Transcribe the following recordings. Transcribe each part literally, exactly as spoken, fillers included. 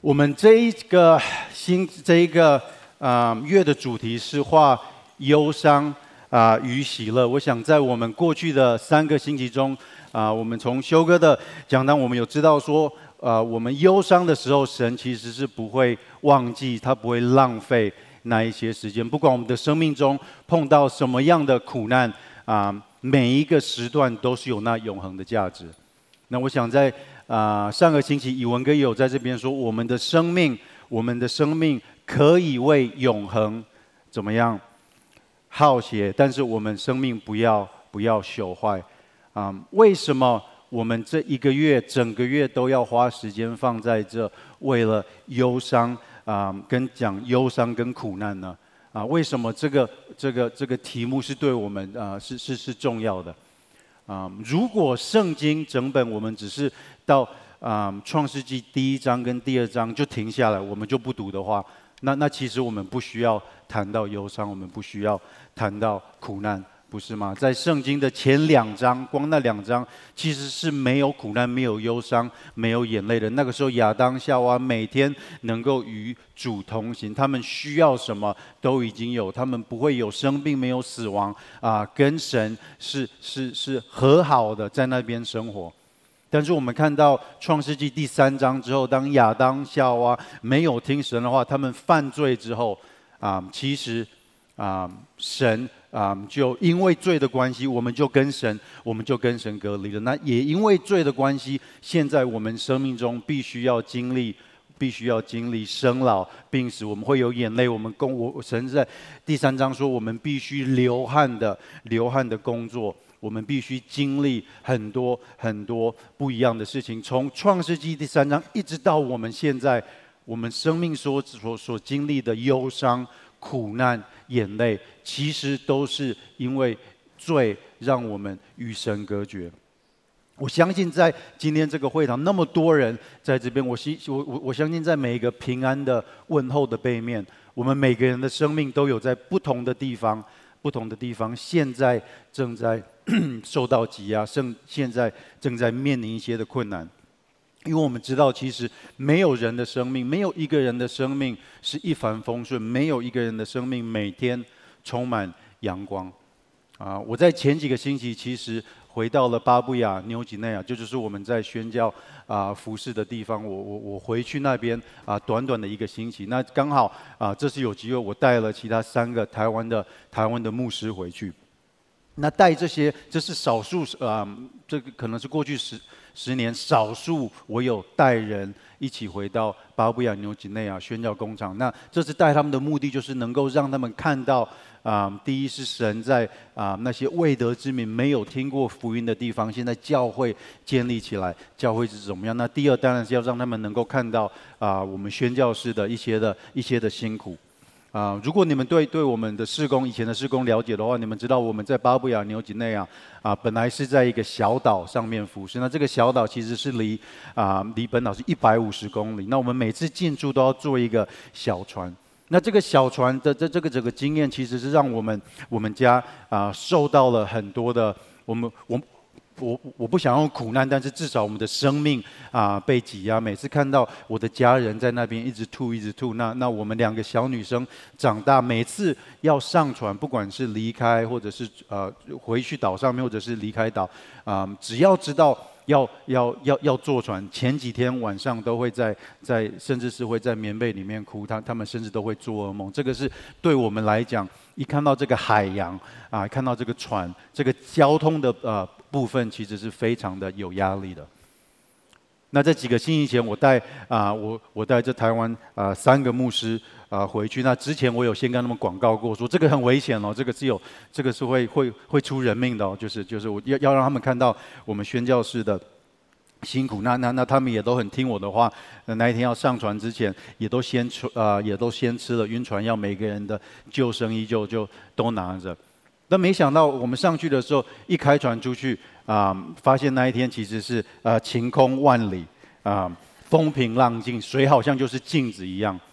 我们这一个新这一个啊、呃、月的主题是化忧伤啊、呃、与喜乐。我想在我们过去的三个星期中啊、呃，我们从修哥的讲堂，我们有知道说，呃，我们忧伤的时候，神其实是不会忘记，他不会浪费那一些时间，不管我们的生命中碰到什么样的苦难啊、呃，每一个时段都是有那永恒的价值。那我想在啊、呃、上个星期，以文哥也有在这边说，我们的生命，我们的生命可以为永恒怎么样浩劫，但是我们生命不要不要朽坏啊、呃？为什么我们这一个月整个月都要花时间放在这，为了忧伤啊、呃，跟讲忧伤跟苦难呢？啊、呃，为什么这个这个这个题目是对我们啊、呃、是是是重要的？啊、呃，如果圣经整本我们只是到啊、呃、创世纪第一章跟第二章就停下来，我们就不读的话，那那其实我们不需要谈到忧伤，我们不需要谈到苦难，不是吗？在圣经的前两章，光那两章其实是没有苦难、没有忧伤、没有眼泪的。那个时候亚当夏娃每天能够与主同行，他们需要什么都已经有，他们不会有生病、没有死亡啊、呃，跟神是是是和好的，在那边生活。但是我们看到创世纪第三章之后，当亚当夏娃没有听神的话，他们犯罪之后啊、呃，其实啊、呃、神啊、呃、就因为罪的关系，我们就跟神我们就跟神隔离了。那也因为罪的关系，现在我们生命中必须要经历。必须要经历生老病死，我们会有眼泪。我们工，我神在第三章说，我们必须流汗的流汗的工作，我们必须经历很多很多不一样的事情。从创世纪第三章一直到我们现在，我们生命所所所经历的忧伤、苦难、眼泪，其实都是因为罪让我们与神隔绝。我相信在今天这个会堂，那么多人在这边，我希我我我相信在每一个平安的问候的背面，我们每个人的生命都有在不同的地方，不同的地方，现在正在受到挤压，正现在正在面临一些的困难。因为我们知道，其实没有人的生命，没有一个人的生命是一帆风顺，没有一个人的生命每天充满阳光。啊，我在前几个星期其实回到了巴布亚纽几内亚，这就是我们在宣教啊服事的地方。我我我回去那边啊，短短的一个星期，那刚好啊，这次有机会，我带了其他三个台湾的台湾的牧师回去。那带这些，这是少数啊，这个可能是过去十十年少数我有带人一起回到巴布亚纽几内亚宣教工厂。那这次带他们的目的就是能够让他们看到。啊、呃，第一是神在啊、呃、那些未得之民没有听过福音的地方，现在教会建立起来，教会是怎么样？那第二当然是要让他们能够看到啊、呃、我们宣教士的一些的一些的辛苦。啊、呃，如果你们对对我们的事工以前的事工了解的话，你们知道我们在巴布亚纽几内亚啊，本来是在一个小岛上面服事。那这个小岛其实是离啊、呃、离本岛是一百五十公里。那我们每次进驻都要坐一个小船。那这个小船的这这个整个经验，其实是让我们我们家啊、呃、受到了很多的，我们我我我不想用苦难，但是至少我们的生命啊、呃、被挤压。每次看到我的家人在那边一直吐一直吐，那那我们两个小女生长大，每次要上船，不管是离开或者是呃回去岛上面，或者是离开岛啊、呃，只要知道。要要要要坐船，前几天晚上都会在在，甚至是会在棉被里面哭，他他们甚至都会做噩梦。这个是对我们来讲，一看到这个海洋啊，看到这个船，这个交通的呃部分，其实是非常的有压力的。那在几个星期前，我带啊、呃、我我带这台湾啊、呃、三个牧师啊、呃、回去。那之前我有先跟他们广告过，说这个很危险哦，这个是有这个是会会会出人命的哦，就是就是我要要让他们看到我们宣教士的辛苦。那那那他们也都很听我的话。那一天要上船之前，也都先吃啊、呃、也都先吃了晕船药，每个人的救生衣就就都拿着。那没想到我们上去的时候，一开船出去啊、呃，发现那一天其实是呃晴空万里啊、呃，风平浪静，水好像就是镜子一样。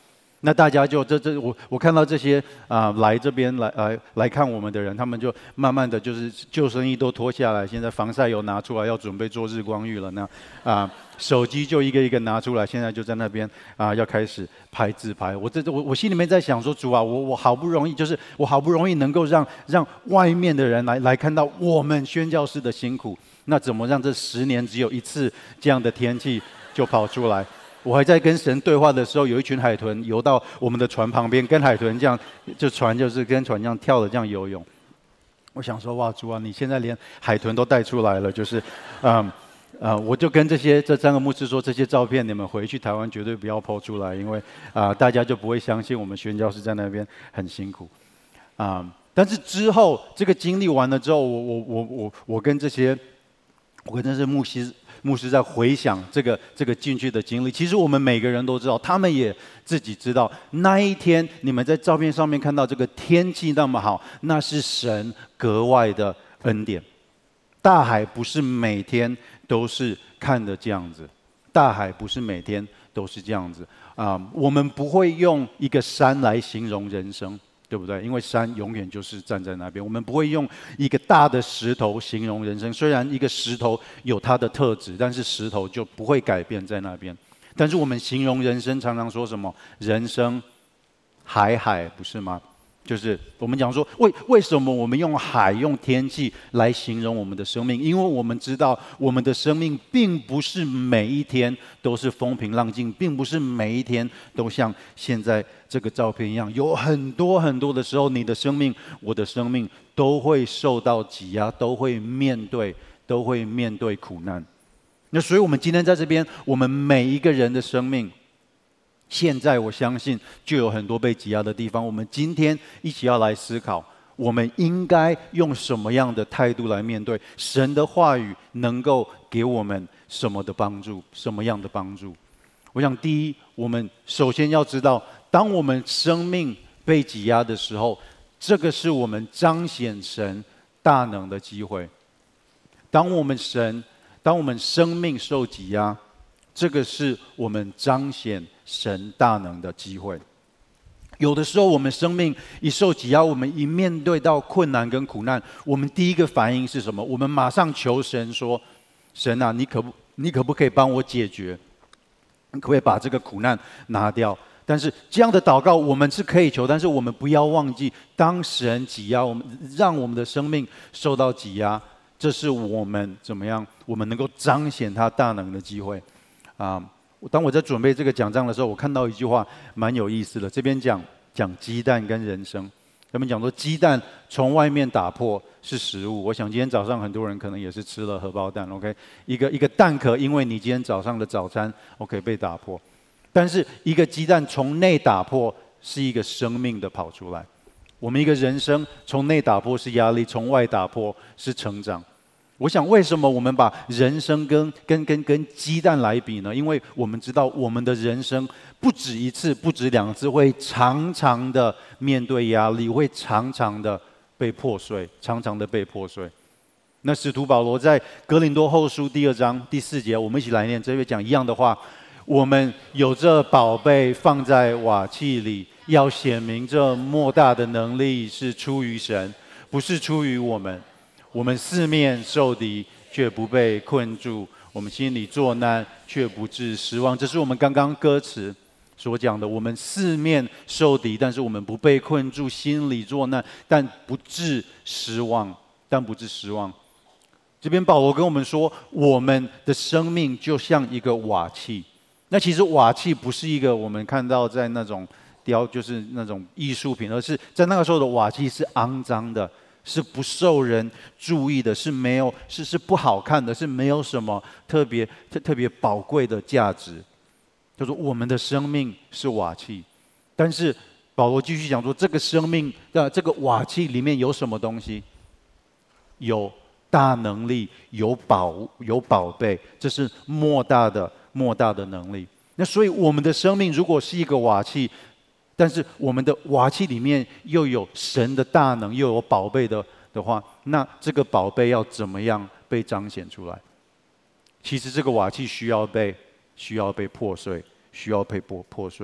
那大家就这这我我看到这些啊、呃、来这边来来来看我们的人，他们就慢慢的就是救生衣都脱下来，现在防晒油拿出来，要准备做日光浴了。那啊、呃、手机就一个一个拿出来，现在就在那边啊、呃、要开始拍自拍。我这我我心里面在想说，主啊，我我好不容易就是我好不容易能够让让外面的人来来看到我们宣教士的辛苦，那怎么让这十年只有一次这样的天气就跑出来？我还在跟神对话的时候，有一群海豚游到我们的船旁边，跟海豚这样，就船就是跟船这样跳的这样游泳。我想说，哇，主啊，你现在连海豚都带出来了，就是，嗯，呃，我就跟这些这三个牧师说，这些照片你们回去台湾绝对不要po出来，因为啊、呃，大家就不会相信我们宣教士在那边很辛苦，啊、呃，但是之后这个经历完了之后，我我我我我跟这些，我跟这些牧师。牧师在回想这个这个进去的经历，其实我们每个人都知道，他们也自己知道，那一天你们在照片上面看到这个天气那么好，那是神格外的恩典。大海不是每天都是看的这样子，大海不是每天都是这样子啊、呃。我们不会用一个山来形容人生。对不对？因为山永远就是站在那边，我们不会用一个大的石头形容人生。虽然一个石头有它的特质，但是石头就不会改变在那边。但是我们形容人生，常常说什么？人生海海，不是吗？就是我们讲说，为为什么我们用海、用天气来形容我们的生命？因为我们知道，我们的生命并不是每一天都是风平浪静，并不是每一天都像现在这个照片一样，有很多很多的时候，你的生命、我的生命都会受到挤压，都会面对，都会面对苦难。那所以，我们今天在这边，我们每一个人的生命。现在我相信就有很多被挤压的地方，我们今天一起要来思考，我们应该用什么样的态度来面对神的话语，能够给我们什么的帮助，什么样的帮助？我想第一，我们首先要知道，当我们生命被挤压的时候，这个是我们彰显神大能的机会。当我们神，当我们生命受挤压，这个是我们彰显神大能的机会。有的时候，我们生命一受挤压，我们一面对到困难跟苦难，我们第一个反应是什么？我们马上求神说：“神啊，你可不，你可不可以帮我解决？你可不可以把这个苦难拿掉？”但是这样的祷告我们是可以求，但是我们不要忘记，当神挤压我们，让我们的生命受到挤压，这是我们怎么样？我们能够彰显他大能的机会。啊、uh, 当我在准备这个讲章的时候，我看到一句话蛮有意思的。这边讲讲鸡蛋跟人生，他们讲说鸡蛋从外面打破是食物。我想今天早上很多人可能也是吃了荷包蛋 ，OK， 一个一个蛋壳，因为你今天早上的早餐 OK 被打破，但是一个鸡蛋从内打破是一个生命的跑出来。我们一个人生从内打破是压力，从外打破是成长。我想，为什么我们把人生跟跟跟跟鸡蛋来比呢？因为我们知道，我们的人生不止一次，不止两次，会常常的面对压力，会常常的被破碎，常常的被破碎。那使徒保罗在哥林多后书第二章第四节，我们一起来念，这边讲一样的话：我们有这宝贝放在瓦器里，要显明这莫大的能力是出于神，不是出于我们。我们四面受敌，却不被困住；我们心里作难，却不致失望。这是我们刚刚歌词所讲的。我们四面受敌，但是我们不被困住；心里作难，但不致失望。但不致失望。这边保罗跟我们说，我们的生命就像一个瓦器。那其实瓦器不是一个我们看到在那种雕，就是那种艺术品，而是在那个时候的瓦器是肮脏的。是不受人注意的，是没有是是不好看的，是没有什么特别特特别宝贵的价值。他说我们的生命是瓦器，但是保罗继续讲说，这个生命的这个瓦器里面有什么东西？有大能力，有宝有宝贝，这是莫大的莫大的能力。那所以我们的生命如果是一个瓦器，但是我们的瓦器里面又有神的大能，又有宝贝的的话，那这个宝贝要怎么样被彰显出来？其实这个瓦器需要被需要被破碎，需要被破破碎。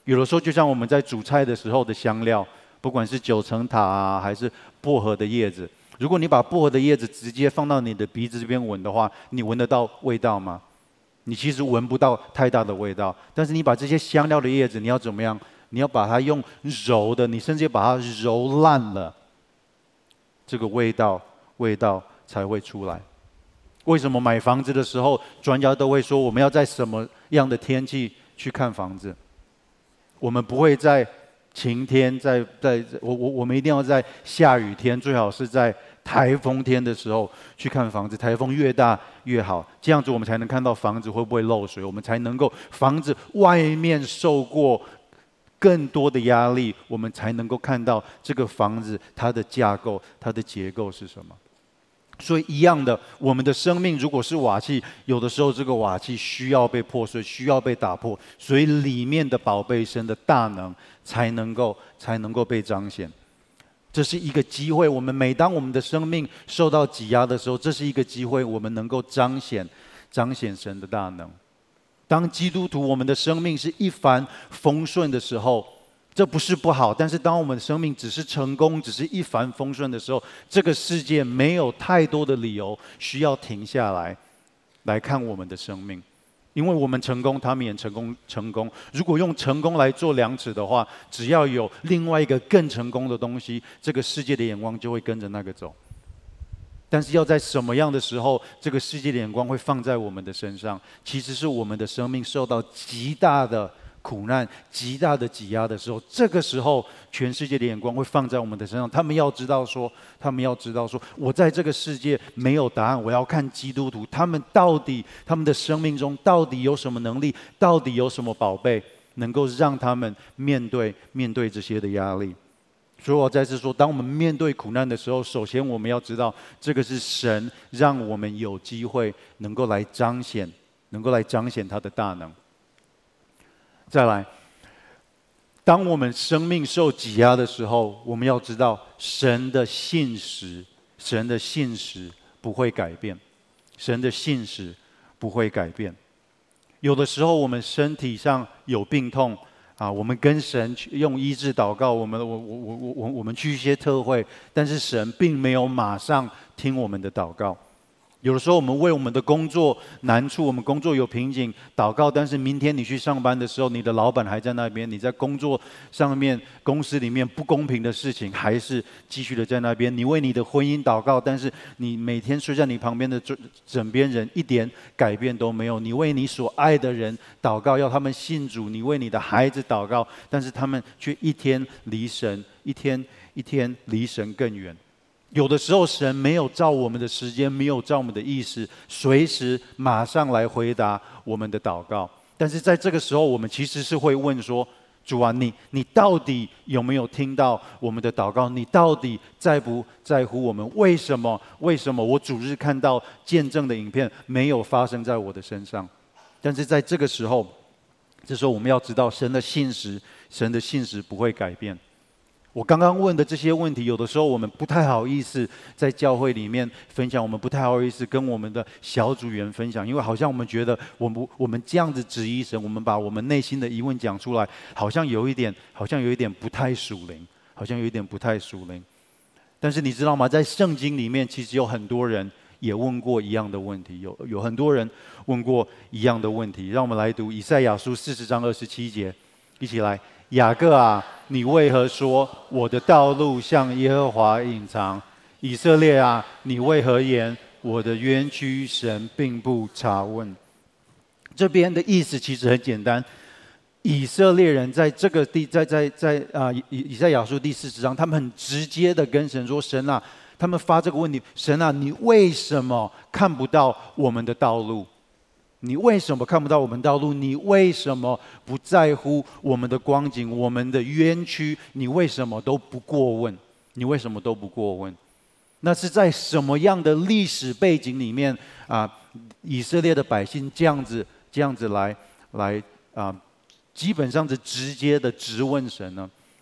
有的时候就像我们在煮菜的时候的香料，不管是九层塔啊，还是薄荷的叶子，如果你把薄荷的叶子直接放到你的鼻子这边闻的话，你闻得到味道吗？你其实闻不到太大的味道。但是你把这些香料的叶子，你要怎么样？你要把它用揉的，你甚至把它揉烂了，这个味道味道才会出来。为什么买房子的时候，专家都会说我们要在什么样的天气去看房子？我们不会在晴天，在在我我我们一定要在下雨天，最好是在台风天的时候去看房子。台风越大越好，这样子我们才能看到房子会不会漏水，我们才能够房子外面受过更多的压力，我们才能够看到这个房子它的架构、它的结构是什么。所以一样的，我们的生命如果是瓦器，有的时候这个瓦器需要被破碎，需要被打破，所以里面的宝贝神的大能才能够才能够被彰显。这是一个机会，我们每当我们的生命受到挤压的时候，这是一个机会，我们能够彰显彰显神的大能。当基督徒我们的生命是一帆风顺的时候，这不是不好，但是当我们的生命只是成功，只是一帆风顺的时候，这个世界没有太多的理由需要停下来来看我们的生命，因为我们成功，他们也成功成功。如果用成功来做量尺的话，只要有另外一个更成功的东西，这个世界的眼光就会跟着那个走。但是要在什么样的时候，这个世界的眼光会放在我们的身上？其实是我们的生命受到极大的苦难、极大的挤压的时候，这个时候全世界的眼光会放在我们的身上。他们要知道说，他们要知道说，我在这个世界没有答案，我要看基督徒，他们到底他们的生命中到底有什么能力，到底有什么宝贝，能够让他们面对面对这些的压力。所以我再次说，当我们面对苦难的时候，首先我们要知道，这个是神让我们有机会能够来彰显，能够来彰显他的大能。再来，当我们生命受挤压的时候，我们要知道神的信实，神的信实不会改变，神的信实不会改变。有的时候我们身体上有病痛啊，我们跟神用医治祷告，我们我我我我我我们去一些特会，但是神并没有马上听我们的祷告。有的时候我们为我们的工作难处，我们工作有瓶颈祷告，但是明天你去上班的时候，你的老板还在那边，你在工作上面公司里面不公平的事情还是继续的在那边。你为你的婚姻祷告，但是你每天睡在你旁边的枕边人一点改变都没有。你为你所爱的人祷告，要他们信主，你为你的孩子祷告，但是他们却一天离神，一天一天离神更远。有的时候神没有照我们的时间，没有照我们的意思，随时马上来回答我们的祷告。但是在这个时候，我们其实是会问说，主啊，你你到底有没有听到我们的祷告？你到底在不在乎我们？为什么为什么我主日看到见证的影片没有发生在我的身上？但是在这个时候，这时候我们要知道神的信实，神的信实不会改变。我刚刚问的这些问题，有的时候我们不太好意思在教会里面分享，我们不太好意思跟我们的小组员分享，因为好像我们觉得我们我们这样子质疑神，我们把我们内心的疑问讲出来，好像有一点好像有一点不太属灵，好像有一点不太属灵。但是你知道吗？在圣经里面，其实有很多人也问过一样的问题，有有很多人问过一样的问题。让我们来读以赛亚书四十章二十七节，一起来。雅各啊，你为何说我的道路向耶和华隐藏？以色列啊，你为何言我的冤屈神并不查问？这边的意思其实很简单，以色列人在这个地，在在在啊以以赛亚书第四十章，他们很直接的跟神说：神啊，他们发这个问题，神啊，你为什么看不到我们的道路？你为什么看不到我们道路？你为什么不在乎我们的光景、我们的冤屈？你为什么都不过问？你为什么都不过问？那是在什么样的历史背景里面啊？以色列的百姓这样子、这样子来来啊，基本上是直接的质问神呢？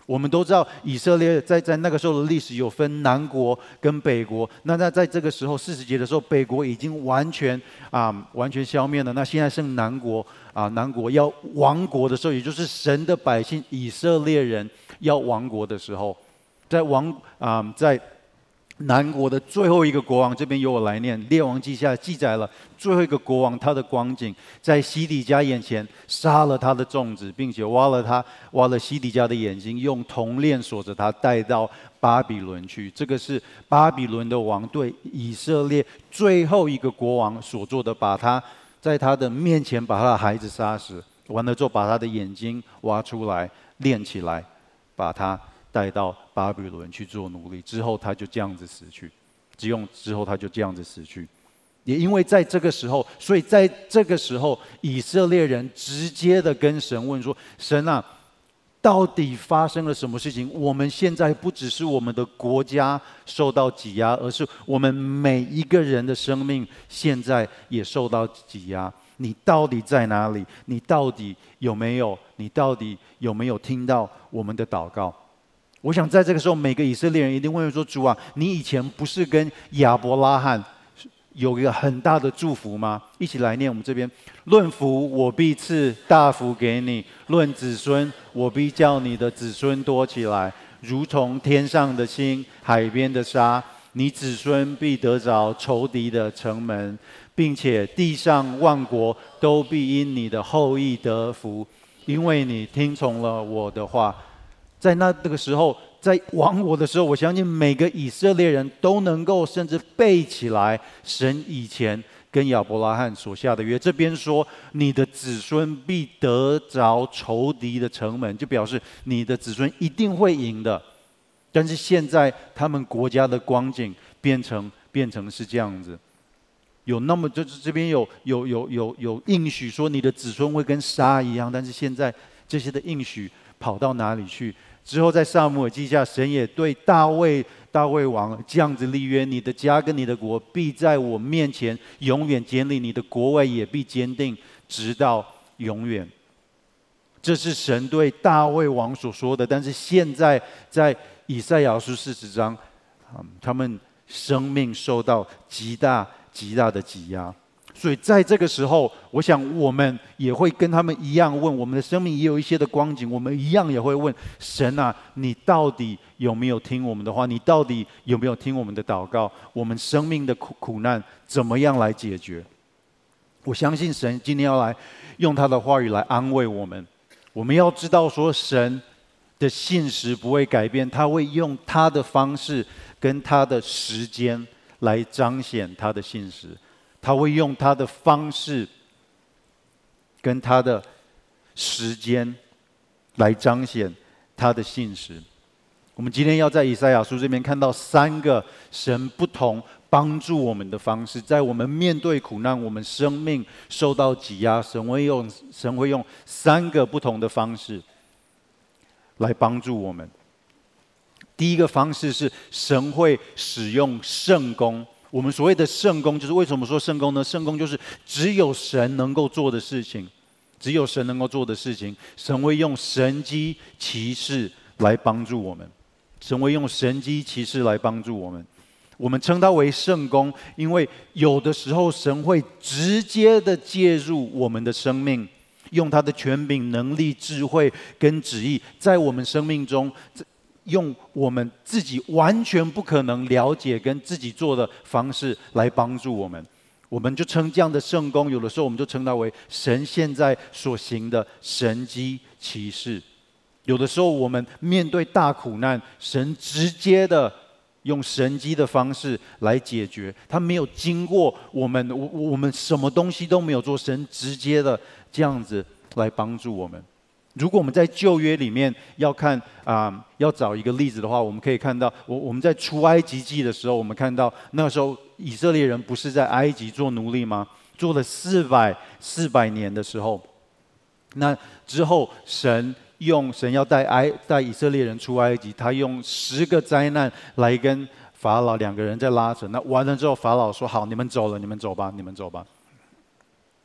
我们都知道，以色列在在那个时候的历史有分南国跟北国。那那在这个时候四十节的时候，北国已经完全啊、完全消灭了。那现在剩南国啊、南国要亡国的时候，也就是神的百姓以色列人要亡国的时候，在亡啊、在南国的最后一个国王，这边由我来念，《列王记下》记载了最后一个国王他的光景，在西底家眼前杀了他的众子，并且挖了他挖了西底家的眼睛，用铜链锁着他，带到巴比伦去。这个是巴比伦的王对以色列最后一个国王所做的，把他在他的面前把他的孩子杀死，完了之后把他的眼睛挖出来链起来，把他带到巴比伦去做奴隶，之后他就这样子死去。只用之后他就这样子死去。也因为在这个时候，所以在这个时候，以色列人直接的跟神问说：“神啊，到底发生了什么事情？我们现在不只是我们的国家受到挤压，而是我们每一个人的生命现在也受到挤压。你到底在哪里？你到底有没有？你到底有没有听到我们的祷告？”我想在这个时候，每个以色列人一定会说：“主啊，你以前不是跟亚伯拉罕有一个很大的祝福吗？”一起来念，我们这边：论福，我必赐大福给你；论子孙，我必叫你的子孙多起来，如同天上的星，海边的沙。你子孙必得着仇敌的城门，并且地上万国都必因你的后裔得福，因为你听从了我的话。在那那个时候，在亡国的时候，我相信每个以色列人都能够甚至背起来神以前跟亚伯拉罕所下的约。这边说你的子孙必得着仇敌的城门，就表示你的子孙一定会赢的。但是现在他们国家的光景变成变成是这样子，有那么就是这边有有有有有应许说你的子孙会跟沙一样，但是现在这些的应许跑到哪里去？之后在撒母耳记下，神也对大卫大卫王这样子立约：你的家跟你的国必在我面前永远坚立，你的国位也必坚定，直到永远。这是神对大卫王所说的。但是现在在以赛亚书四十章，嗯，他们生命受到极大极大的挤压。所以在这个时候，我想我们也会跟他们一样问，我们的生命也有一些的光景，我们一样也会问神啊，你到底有没有听我们的话？你到底有没有听我们的祷告？我们生命的苦苦难怎么样来解决？我相信神今天要来用他的话语来安慰我们。我们要知道说，神的信实不会改变，他会用他的方式跟他的时间来彰显他的信实。他会用他的方式跟他的时间来彰显他的信实。我们今天要在以赛亚书这边看到三个神不同帮助我们的方式，在我们面对苦难、我们生命受到挤压，神会用神会用三个不同的方式来帮助我们。第一个方式是神会使用圣工。我们所谓的圣工，就是为什么说圣工呢？圣工就是只有神能够做的事情，只有神能够做的事情。神会用神迹奇事来帮助我们，神会用神迹奇事来帮助我们。我们称它为圣工，因为有的时候神会直接的介入我们的生命，用他的权柄、能力、智慧跟旨意，在我们生命中，用我们自己完全不可能了解跟自己做的方式来帮助我们。我们就称这样的圣工，有的时候我们就称它为神现在所行的神迹奇事。有的时候我们面对大苦难，神直接的用神迹的方式来解决，他没有经过我们，我我们什么东西都没有做，神直接的这样子来帮助我们。如果我们在旧约里面要看啊、呃，要找一个例子的话，我们可以看到，我我们在出埃及记的时候，我们看到那时候以色列人不是在埃及做奴隶吗？做了四百四百年的时候，那之后神用神要带埃带以色列人出埃及，他用十个灾难来跟法老两个人在拉扯。那完了之后，法老说：“好，你们走了，你们走吧，你们走吧。”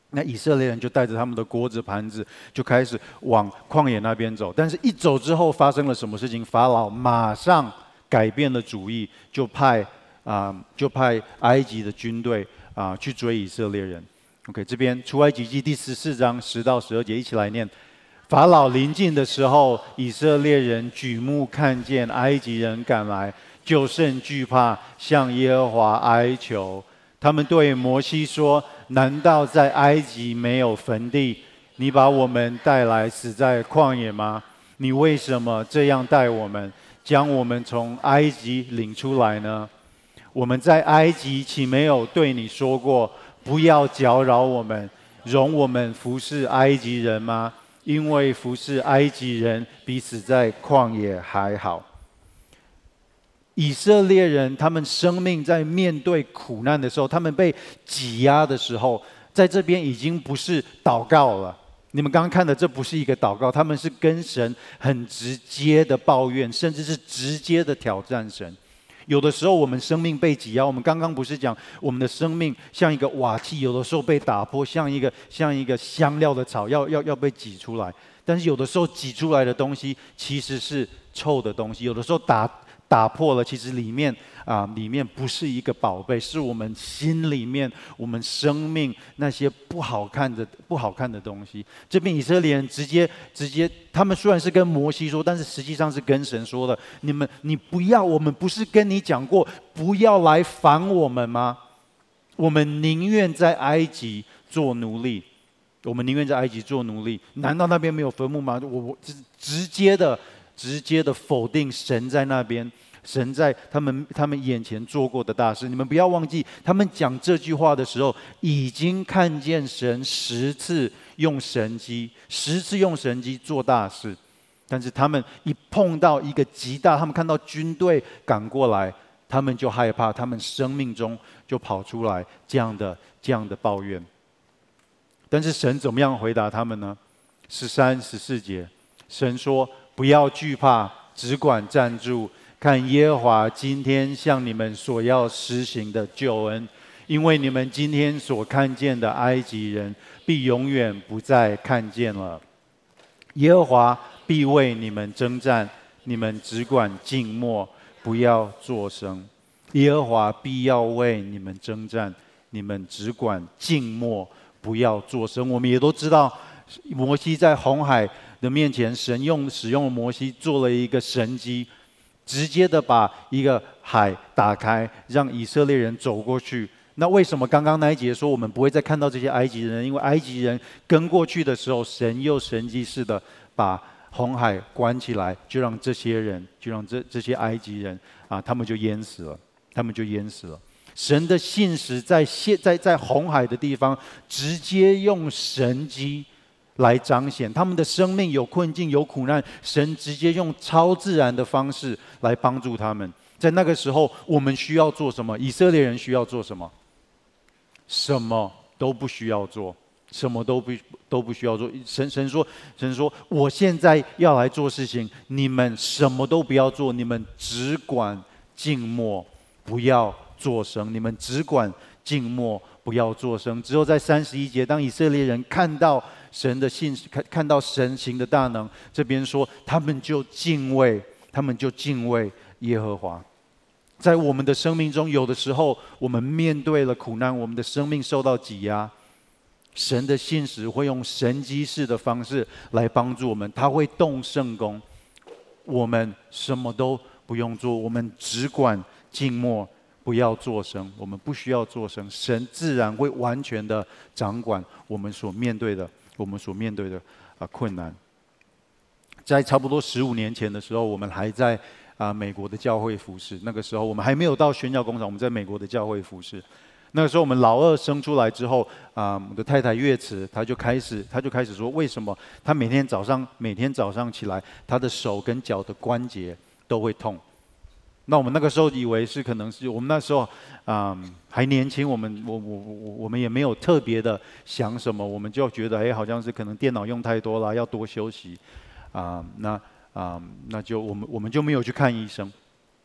那以色列人就带着他们的锅子盘子，就开始往旷野那边走。但是，一走之后发生了什么事情？法老马上改变了主意，就派啊、呃，就派埃及的军队啊、呃、去追以色列人。OK， 这边出埃及记第十四章十到十二节，一起来念。法老临近的时候，以色列人举目看见埃及人赶来，就甚惧怕，向耶和华哀求。他们对摩西说：“难道在埃及没有坟地？你把我们带来死在旷野吗？你为什么这样待我们，将我们从埃及领出来呢？我们在埃及岂没有对你说过，不要搅扰我们，容我们服侍埃及人吗？因为服侍埃及人比死在旷野还好。”以色列人他们生命在面对苦难的时候，他们被挤压的时候，在这边已经不是祷告了。你们刚刚看的，这不是一个祷告，他们是跟神很直接的抱怨，甚至是直接的挑战神。有的时候我们生命被挤压，我们刚刚不是讲我们的生命像一个瓦器，有的时候被打破，像一个像一个香料的草，要要要被挤出来。但是有的时候挤出来的东西其实是臭的东西，有的时候打。打破了，其实里面啊、呃，里面不是一个宝贝，是我们心里面、我们生命那些不好看的、不好看的东西。这边以色列人直接、直接，他们虽然是跟摩西说，但是实际上是跟神说的：“你们，你不要，我们不是跟你讲过，不要来烦我们吗？我们宁愿在埃及做奴隶，我们宁愿在埃及做奴隶。难道那边没有坟墓吗？我我直直接的。”直接的否定神在那边，神在他们他们眼前做过的大事。你们不要忘记，他们讲这句话的时候，已经看见神十次用神迹，十次用神迹做大事。但是他们一碰到一个极大，他们看到军队赶过来，他们就害怕，他们生命中就跑出来这样的这样的抱怨。但是神怎么样回答他们呢？十三、十四节，神说：“不要惧怕，只管站住，看耶和华今天向你们所要施行的救恩。因为你们今天所看见的埃及人，必永远不再看见了。耶和华必为你们征战，你们只管静默，不要作声。耶和华必要为你们征战，你们只管静默，不要作声。”我们也都知道，摩西在红海的面前，神用使用摩西做了一个神迹，直接的把一个海打开，让以色列人走过去。那为什么刚刚那一节说我们不会再看到这些埃及人？因为埃及人跟过去的时候，神又神迹似的把红海关起来，就让这些人，就让这这些埃及人啊，他们就淹死了，他们就淹死了。神的信实在现在在红海的地方，直接用神迹来彰显他们的生命有困境有苦难，神直接用超自然的方式来帮助他们。在那个时候，我们需要做什么？以色列人需要做什么？什么都不需要做，什么都不都不需要做。神神说，神说，我现在要来做事情，你们什么都不要做，你们只管静默，不要作声。你们只管静默，不要作声。之后在三十一节，当以色列人看到神的信，看看到神行的大能，这边说他们就敬畏，他们就敬畏耶和华。在我们的生命中，有的时候我们面对了苦难，我们的生命受到挤压，神的信实会用神迹式的方式来帮助我们，他会动圣功，我们什么都不用做，我们只管静默，不要作声。我们不需要作声，神自然会完全的掌管我们所面对的，我们所面对的啊困难。在差不多十五年前的时候，我们还在啊美国的教会服事。那个时候我们还没有到宣教工厂，我们在美国的教会服事。那个时候我们老二生出来之后，啊，我的太太月慈，她就开始，她就开始说，为什么她每天早上每天早上起来，她的手跟脚的关节都会痛？那我们那个时候以为是可能是我们那时候啊、嗯、还年轻，我们我我我我们也没有特别的想什么，我们就觉得哎，好像是可能电脑用太多了，要多休息啊、嗯。那啊、嗯、那就我们我们就没有去看医生。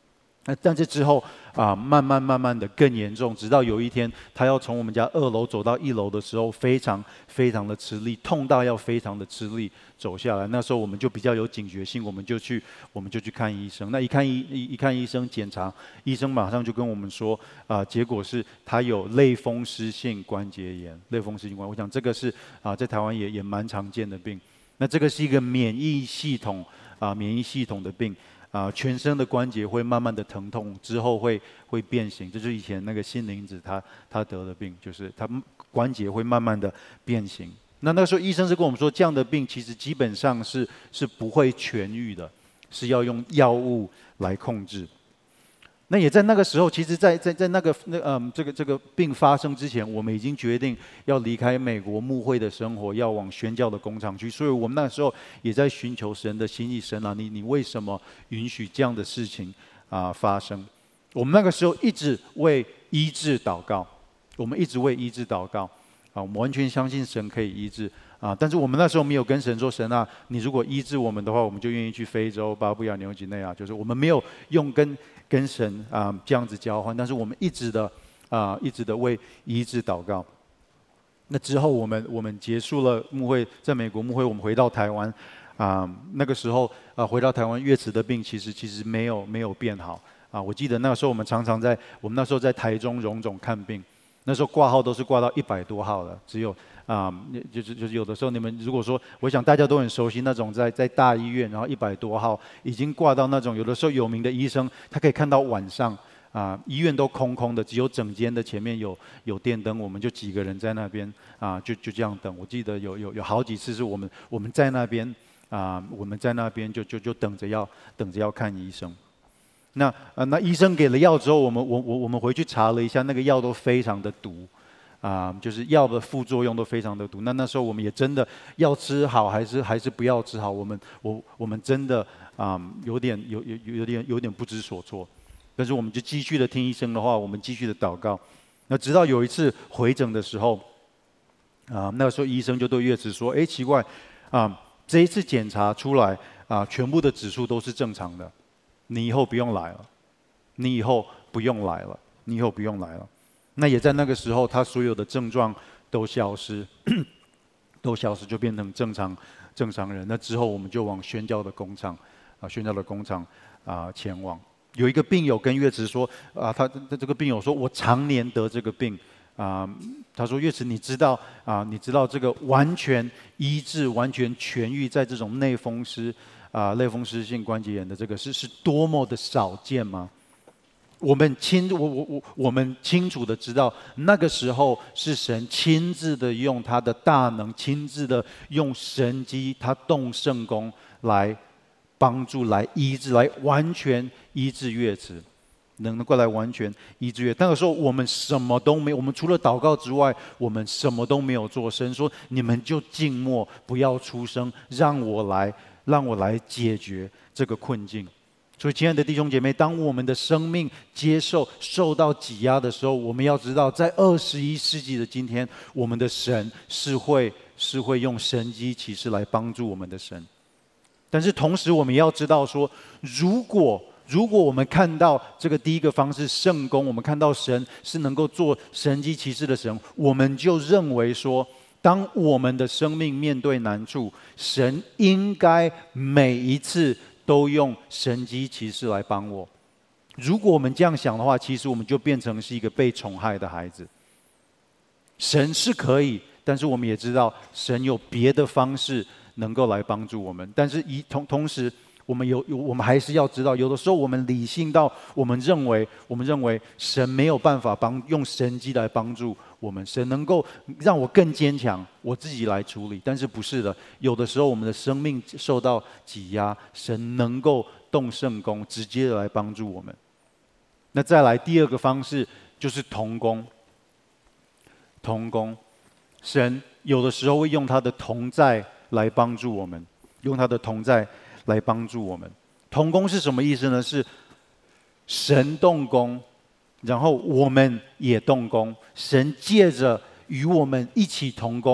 那但是之后啊，慢慢慢慢的更严重，直到有一天，他要从我们家二楼走到一楼的时候，非常非常的吃力，痛到要非常的吃力走下来。那时候我们就比较有警觉性，我们就去我们就去看医生。那一看医一一看医生检查，医生马上就跟我们说，啊，结果是他有类风湿性关节炎。类风湿性关，我想这个是啊，在台湾也也蛮常见的病。那这个是一个免疫系统啊，免疫系统的病。啊、呃，全身的关节会慢慢的疼痛，之后会会变形，这就是以前那个心灵子他他得的病，就是他关节会慢慢的变形。那那个时候医生是跟我们说，这样的病其实基本上是是不会痊愈的，是要用药物来控制。那也在那个时候，其实在，在在在那个那嗯这个这个病发生之前，我们已经决定要离开美国牧会的生活，要往宣教的工厂去。所以我们那时候也在寻求神的心意，神啊，你你为什么允许这样的事情啊、呃、发生？我们那个时候一直为医治祷告，我们一直为医治祷告啊，我们完全相信神可以医治啊。但是我们那时候没有跟神说，神啊，你如果医治我们的话，我们就愿意去非洲、巴布亚纽几内亚，就是我们没有用跟。跟神啊、呃、这样子交换，但是我们一直的啊、呃、一直的为医治祷告。那之后我们我们结束了牧会，在美国牧会，我们回到台湾啊、呃，那个时候啊、呃、回到台湾，月子的病其实其实没有没有变好啊、呃。我记得那个时候我们常常在我们那时候在台中荣总看病，那时候挂号都是挂到一百多号了，只有。啊、嗯，就是就是有的时候你们如果说，我想大家都很熟悉那种在在大医院，然后一百多号已经挂到那种有的时候有名的医生，他可以看到晚上啊、医院都空空的，只有整间的前面有有电灯，我们就几个人在那边啊，就就这样等。我记得有有有好几次是我们我们在那边啊，我们在那边就就就等着要等着要看医生。那啊那医生给了药之后，我们我我我们回去查了一下，那个药都非常的毒。啊、呃，就是药的副作用都非常的毒。那那时候我们也真的要吃好，还是还是不要吃好？我们我我们真的啊、呃，有点有有有点有点不知所措。但是我们就继续的听医生的话，我们继续的祷告。那直到有一次回诊的时候，啊、呃，那个时候医生就对月子说：“哎，奇怪，啊、呃，这一次检查出来啊、呃，全部的指数都是正常的，你以后不用来了，你以后不用来了，你以后不用来了。”那也在那个时候，他所有的症状都消失，都消失，就变成正常正常人。那之后，我们就往宣教的工厂啊，宣教的工厂啊前往。有一个病友跟月子说啊，他这个病友说，我常年得这个病啊。他说，月子，你知道啊，你知道这个完全医治、完全痊愈，在这种类风湿啊、类风湿性关节炎的这个是是多么的少见吗？我们清我我我我们清楚的知道，那个时候是神亲自的用他的大能，亲自的用神机，他动圣功来帮助、来医治、来完全医治月子，能够来完全医治月。那个时候我们什么都没有，我们除了祷告之外，我们什么都没有做。神说：“你们就静默，不要出声，让我来，让我来解决这个困境。”所以，亲爱的弟兄姐妹，当我们的生命接受受到挤压的时候，我们要知道，在二十一世纪的今天，我们的神是会是会用神迹奇事来帮助我们的神。但是同时，我们也要知道说，如果如果我们看到这个第一个方式圣功，我们看到神是能够做神迹奇事的神，我们就认为说，当我们的生命面对难处，神应该每一次都用神迹奇事来帮我。如果我们这样想的话，其实我们就变成是一个被宠害的孩子。神是可以，但是我们也知道神有别的方式能够来帮助我们。但是一同同时，我们有有我们还是要知道，有的时候我们理性到我们认为我们认为神没有办法帮用神迹来帮助我们，神能够让我更坚强，我自己来处理。但是不是的，有的时候我们的生命受到挤压，神能够动圣功，直接的来帮助我们。那再来第二个方式就是同工，同工，神有的时候会用他的同在来帮助我们，用他的同在来帮助我们。同工是什么意思呢？是神动工，然后我们也动工，神借着与我们一起同工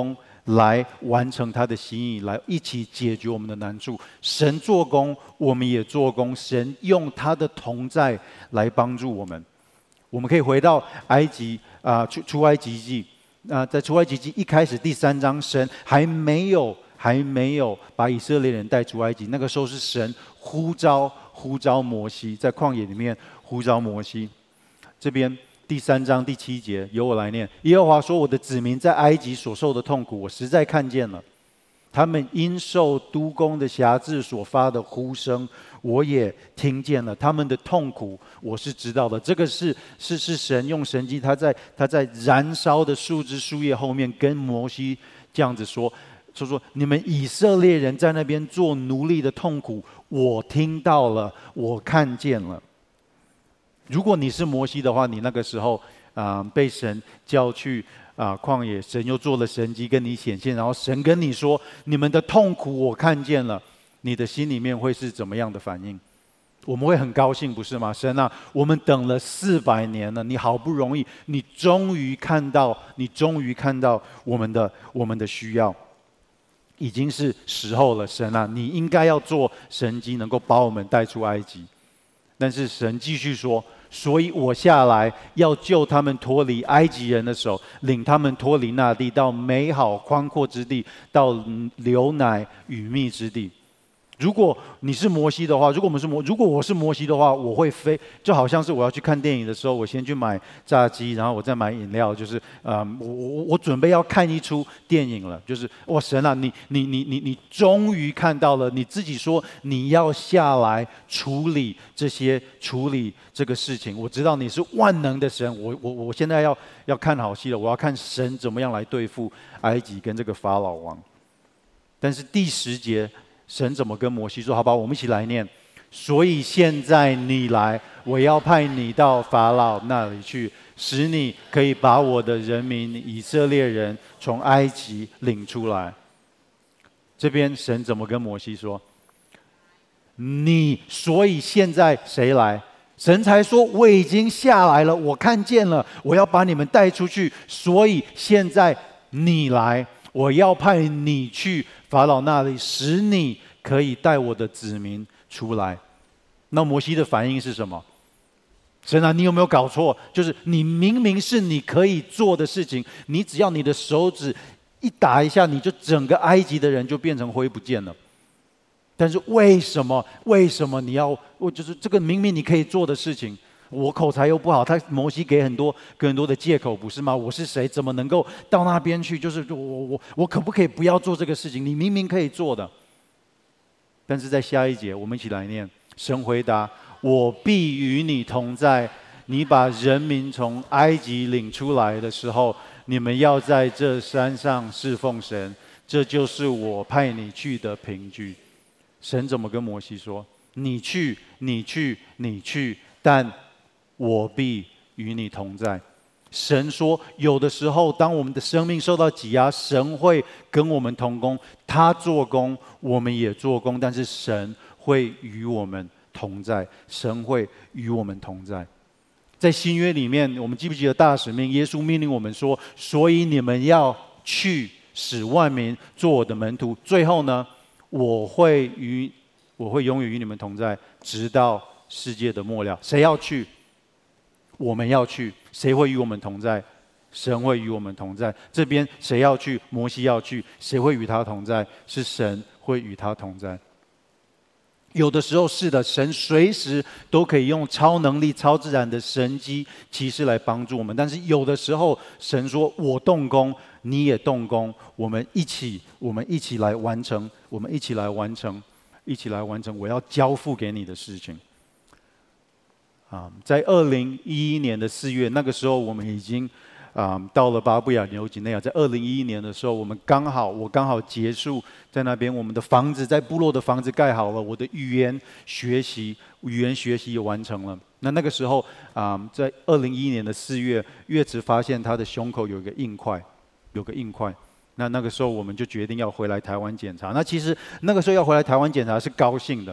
来完成他的心意，来一起解决我们的难处。神做工，我们也做工。神用他的同在来帮助我们。我们可以回到埃及啊、呃，出出埃及记啊、呃，在出埃及记一开始第三章，神还没有还没有把以色列人带出埃及，那个时候是神呼召呼召摩西，在旷野里面呼召摩西。这边第三章第七节，由我来念。耶和华说：“我的子民在埃及所受的痛苦，我实在看见了。他们因受督工的辖制所发的呼声，我也听见了。他们的痛苦，我是知道的。”这个是是是神用神迹，他在他在燃烧的树枝树叶后面跟摩西这样子说，说说你们以色列人在那边做奴隶的痛苦，我听到了，我看见了。如果你是摩西的话，你那个时候啊、呃、被神叫去啊、呃、旷野，神又做了神迹跟你显现，然后神跟你说你们的痛苦我看见了，你的心里面会是怎么样的反应？我们会很高兴，不是吗？神啊，我们等了四百年了，你好不容易，你终于看到，你终于看到我们的我们的需要，已经是时候了。神啊，你应该要做神迹，能够把我们带出埃及。但是神继续说，所以我下来要救他们脱离埃及人的手，领他们脱离那地，到美好宽阔之地，到流奶与蜜之地。如果你是摩西的话，如果我们是摩，如果我是摩西的话，我会飞，就好像是我要去看电影的时候，我先去买炸鸡，然后我再买饮料，就是呃，我我我准备要看一出电影了，就是哇神啊，你你你你你终于看到了，你自己说你要下来处理这些处理这个事情，我知道你是万能的神，我我我现在要要看好戏了，我要看神怎么样来对付埃及跟这个法老王。但是第十节。神怎么跟摩西说？好吧，我们一起来念。所以现在你来，我要派你到法老那里去，使你可以把我的人民以色列人从埃及领出来。这边神怎么跟摩西说？你所以现在谁来？神才说我已经下来了，我看见了，我要把你们带出去。所以现在你来。我要派你去法老那里，使你可以带我的子民出来。那摩西的反应是什么？神啊，你有没有搞错？就是你明明是你可以做的事情，你只要你的手指一打一下，你就整个埃及的人就变成灰不见了。但是为什么？为什么你要？我就是这个明明你可以做的事情。我口才又不好，他摩西给很多很多的借口，不是吗？我是谁？怎么能够到那边去？就是我我我可不可以不要做这个事情？你明明可以做的。但是在下一节，我们一起来念。神回答：我必与你同在。你把人民从埃及领出来的时候，你们要在这山上侍奉神，这就是我派你去的凭据。神怎么跟摩西说？你去，你去，你去，但我必与你同在。神说，有的时候，当我们的生命受到挤压，神会跟我们同工，他做工，我们也做工，但是神会与我们同在，神会与我们同在。在新约里面，我们记不记得大使命？耶稣命令我们说，所以你们要去，使万民做我的门徒。最后呢，我会与我会永远与你们同在，直到世界的末了。谁要去？我们要去。谁会与我们同在？神会与我们同在。这边谁要去？摩西要去。谁会与他同在？是神会与他同在。有的时候是的，神随时都可以用超能力、超自然的神迹奇事来帮助我们。但是有的时候，神说：“我动工，你也动工，我们一起，我们一起来完成，我们一起来完成，一起来完成我要交付给你的事情。”啊，在二零一一年的四月，那个时候我们已经啊到了巴布亚纽几内亚。在二零一一年的时候，我们刚好我刚好结束在那边，我们的房子在部落的房子盖好了，我的语言学习语言学习也完成了。那那个时候啊，在二零一一年的四月，月池发现他的胸口有一个硬块，有个硬块。那那个时候我们就决定要回来台湾检查。那其实那个时候要回来台湾检查是高兴的。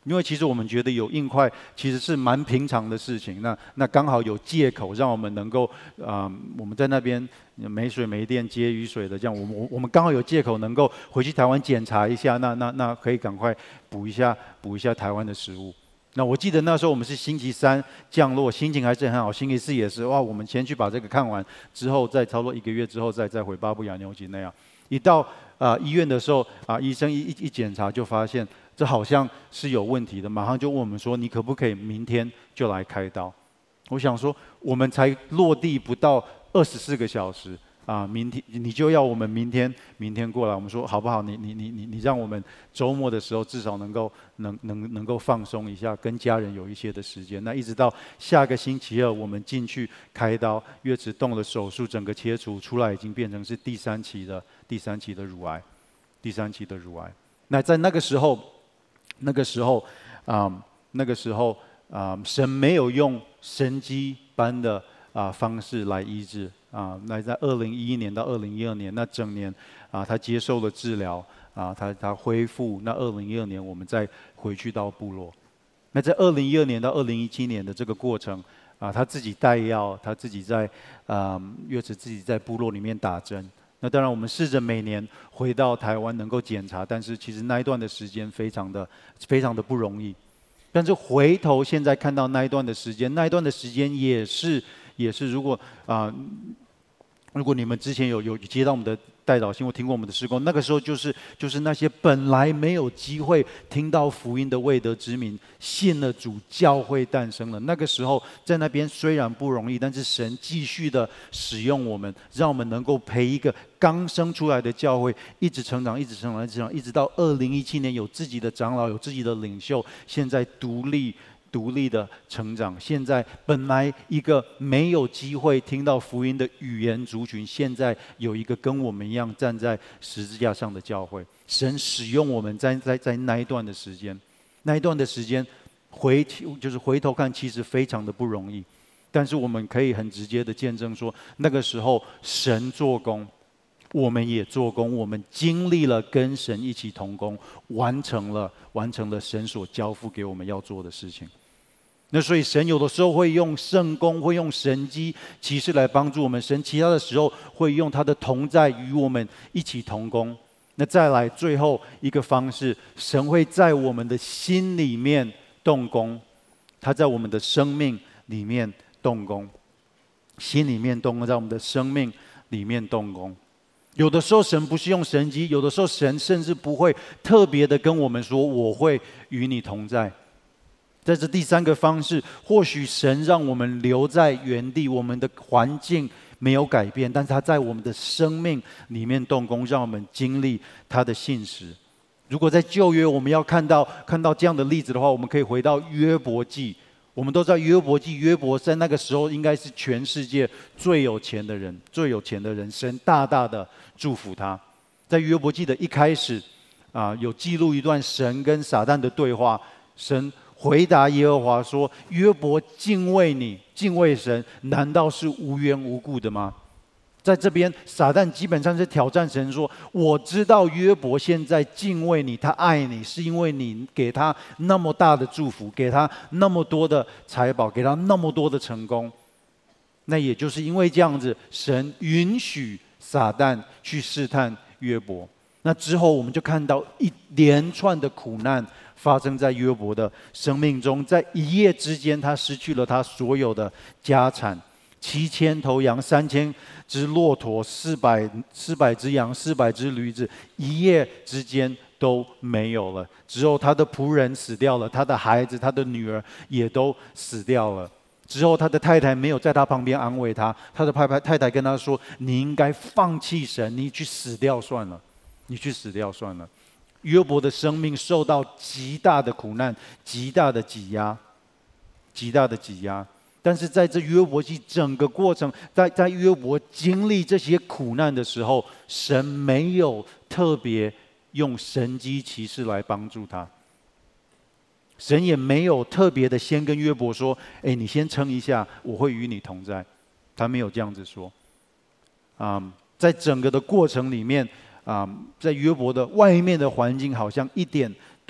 因为其实我们觉得有硬块其实是蛮平常的事情，那那刚好有借口让我们能够啊、呃，我们在那边没水没电接雨水的这样，我们我们刚好有借口能够回去台湾检查一下，那那那可以赶快补一下补一下台湾的食物。那我记得那时候我们是星期三降落，心情还是很好。星期四也是哇，我们先去把这个看完之后，再差不多一个月之后再再回巴布亚纽几内亚。一到啊、呃、医院的时候啊、呃，医生一一一检查就发现。这好像是有问题的，马上就问我们说：“你可不可以明天就来开刀？”我想说，我们才落地不到二十四个小时啊，明天你就要我们明天明天过来？我们说好不好？你你你你你让我们周末的时候至少能够能能能够放松一下，跟家人有一些的时间。那一直到下个星期二，我们进去开刀，月子动了手术，整个切除出来，已经变成是第三期的第三期的乳癌，第三期的乳癌。那在那个时候。那个时候，啊、嗯，那个时候，啊、嗯，神没有用神迹般的啊、呃、方式来医治啊。那在二零一一年到二零一二年那整年啊，他接受了治疗啊，他他恢复。那二零一二年我们再回去到部落。那在二零一二年到二零一七年的这个过程啊，他自己带药，他自己在啊月子自己在部落里面打针。那当然，我们试着每年回到台湾能够检查，但是其实那一段的时间非常的、非常的不容易。但是回头现在看到那一段的时间，那一段的时间也是也是，如果啊、呃，如果你们之前有有接到我们的代祷信或听过我们的事工，那个时候就是就是那些本来没有机会听到福音的未得之民信了主，教会诞生了。那个时候在那边虽然不容易，但是神继续的使用我们，让我们能够陪一个刚生出来的教会一直成长，一直成长，一直成长，一直到二零一七年有自己的长老，有自己的领袖，现在独立。独立的成长，现在本来一个没有机会听到福音的语言族群，现在有一个跟我们一样站在十字架上的教会。神使用我们在在在那一段的时间，那一段的时间回就是回头看，其实非常的不容易。但是我们可以很直接的见证说，那个时候神做工。我们也做工，我们经历了跟神一起同工，完成了完成了神所交付给我们要做的事情。那所以神有的时候会用圣工，会用神迹奇事来帮助我们；神其他的时候会用他的同在与我们一起同工。那再来最后一个方式，神会在我们的心里面动工，他在我们的生命里面动工，心里面动工，在我们的生命里面动工。有的时候神不是用神迹，有的时候神甚至不会特别的跟我们说我会与你同在。在这第三个方式，或许神让我们留在原地，我们的环境没有改变，但是他在我们的生命里面动工，让我们经历他的信实。如果在旧约我们要看到看到这样的例子的话，我们可以回到约伯记。我们都知道约伯记，约伯在那个时候应该是全世界最有钱的人，最有钱的人，神大大的祝福他。在约伯记的一开始，啊，有记录一段神跟撒旦的对话。神回答耶和华说：“约伯敬畏你，敬畏神，难道是无缘无故的吗？”在这边，撒旦基本上是挑战神说：“我知道约伯现在敬畏你，他爱你，是因为你给他那么大的祝福，给他那么多的财宝，给他那么多的成功。那也就是因为这样子，神允许撒旦去试探约伯。那之后，我们就看到一连串的苦难发生在约伯的生命中，在一夜之间，他失去了他所有的家产。”七千头羊，三千只骆驼，四百四百只羊，四百只驴子，一夜之间都没有了。只有他的仆人死掉了，他的孩子、他的女儿也都死掉了。之后，他的太太没有在他旁边安慰他，他的太太太太跟他说：“你应该放弃神，你去死掉算了，你去死掉算了。”约伯的生命受到极大的苦难，极大的挤压，极大的挤压。但是在这约伯记整个过程，在在约伯经历这些苦难的时候，神没有特别用神迹奇事来帮助他，神也没有特别的先跟约伯说：“哎，你先撑一下，我会与你同在。”他没有这样子说。啊、嗯，在整个的过程里面，啊、嗯，在约伯的外面的环境好像一点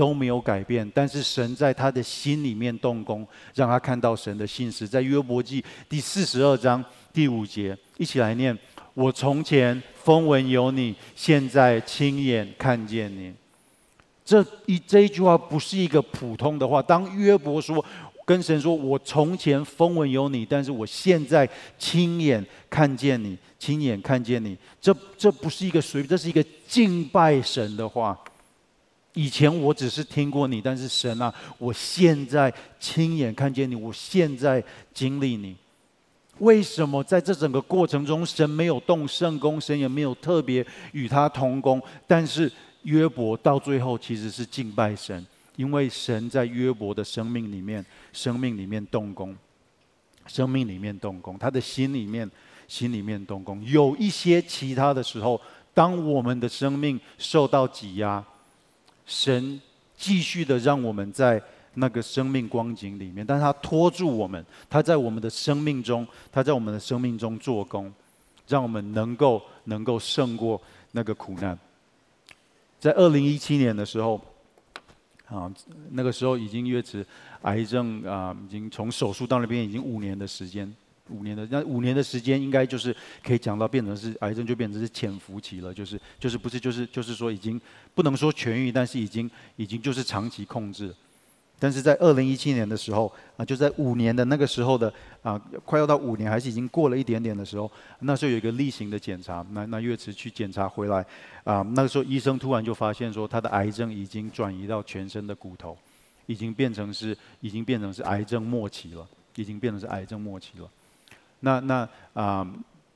都没有改变，但是神在他的心里面动工，让他看到神的信实。在约伯记第四十二章第五节，一起来念：我从前风闻有你，现在亲眼看见你。这一这一句话不是一个普通的话。当约伯说跟神说：“我从前风闻有你，但是我现在亲眼看见你，亲眼看见你。”这这不是一个随，这是一个敬拜神的话。以前我只是听过你，但是神啊，我现在亲眼看见你，我现在经历你。为什么在这整个过程中，神没有动圣工，神也没有特别与他同工？但是约伯到最后其实是敬拜神，因为神在约伯的生命里面，生命里面动工，生命里面动工，他的心里面，心里面动工。有一些其他的时候，当我们的生命受到挤压，神继续的让我们在那个生命光景里面，但是他拖住我们，他在我们的生命中，他在我们的生命中做工，让我们能够能够胜过那个苦难。在二零一七年的时候，啊，那个时候已经约持癌症啊，已经从手术到那边已经五年的时间，五年的那五年的时间，应该就是可以讲到变成是癌症，就变成是潜伏期了，就是就是不是就是就是说已经不能说痊愈，但是已经已经就是长期控制。但是在二零一七年的时候啊，就在五年的那个时候的啊，快要到五年，还是已经过了一点点的时候，那时候有一个例行的检查，那那岳池去检查回来，啊，那个时候医生突然就发现说，他的癌症已经转移到全身的骨头，已经变成是已经变成是癌症末期了，已经变成是癌症末期了。那那啊。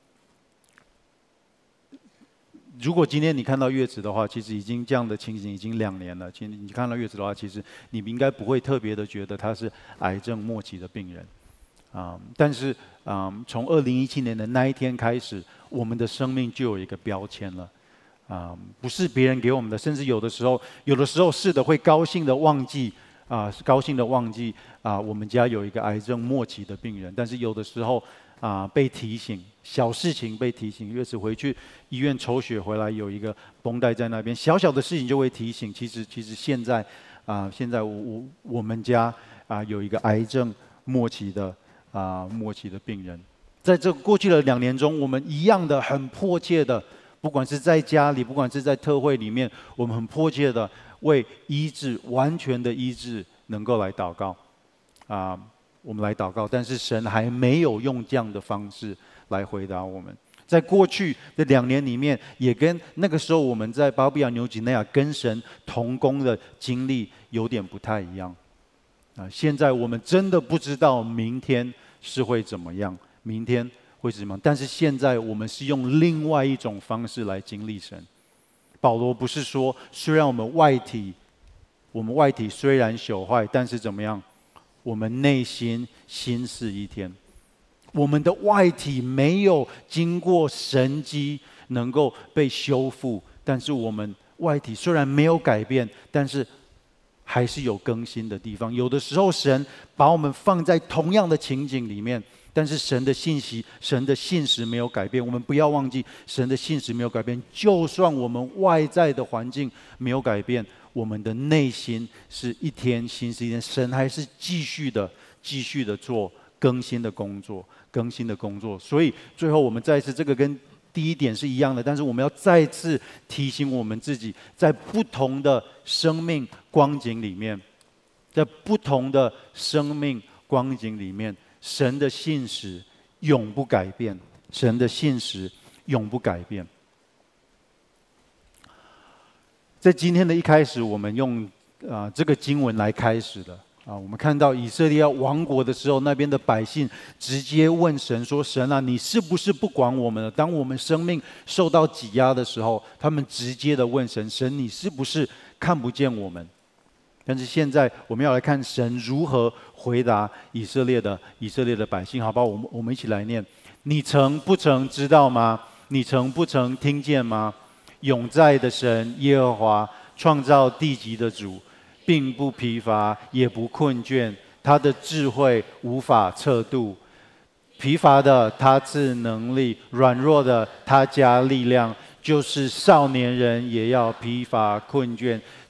如果今天你看到岳池的话，其实已经这样的情形已经两年了。其实你看到岳池的话，其实你应该不会特别的觉得他是癌症末期的病人，啊、嗯，但是啊、嗯，从二零一七年的那一天开始，我们的生命就有一个标签了，啊、嗯，不是别人给我们的，甚至有的时候，有的时候是的，会高兴的忘记啊，高兴的忘记啊，我们家有一个癌症末期的病人，但是有的时候。啊，被提醒，小事情被提醒，岳池回去医院抽血回来，有一个绷带在那边，小小的事情就会提醒。其实，其实现在，啊，现在我我我们家啊有一个癌症末期的啊末期的病人，在这过去的两年中，我们一样的很迫切的，不管是在家里，不管是在特会里面，我们很迫切的为医治完全的医治能够来祷告，啊。我们来祷告，但是神还没有用这样的方式来回答我们。在过去的两年里面，也跟那个时候我们在巴布亚纽几内亚跟神同工的经历有点不太一样。啊，现在我们真的不知道明天是会怎么样，明天会是什么样。但是现在我们是用另外一种方式来经历神。保罗不是说，虽然我们外体，我们外体虽然朽坏，但是怎么样？我们内心新似一天，我们的外体没有经过神迹能够被修复，但是我们外体虽然没有改变，但是还是有更新的地方。有的时候神把我们放在同样的情景里面，但是神的信息、神的信实没有改变。我们不要忘记，神的信实没有改变，就算我们外在的环境没有改变，我们的内心是一天新是一天，神还是继续的、继续的做更新的工作、更新的工作。所以最后我们再次，这个跟第一点是一样的，但是我们要再次提醒我们自己，在不同的生命光景里面，在不同的生命光景里面，神的信实永不改变，神的信实永不改变。在今天的一开始，我们用啊、呃、这个经文来开始的啊。我们看到以色列要亡国的时候，那边的百姓直接问神说：“神啊，你是不是不管我们了？当我们生命受到挤压的时候，他们直接的问神：神，你是不是看不见我们？”但是现在我们要来看神如何回答以色列的以色列的百姓，好不好？我们我们一起来念：你曾不曾知道吗？你曾不曾听见吗？永在的神耶和华，创造地极的主，并不疲乏，也不困倦。他的智慧无法测度。疲乏的他赐能力，软弱的他加力量。就是少年人也要疲乏困倦，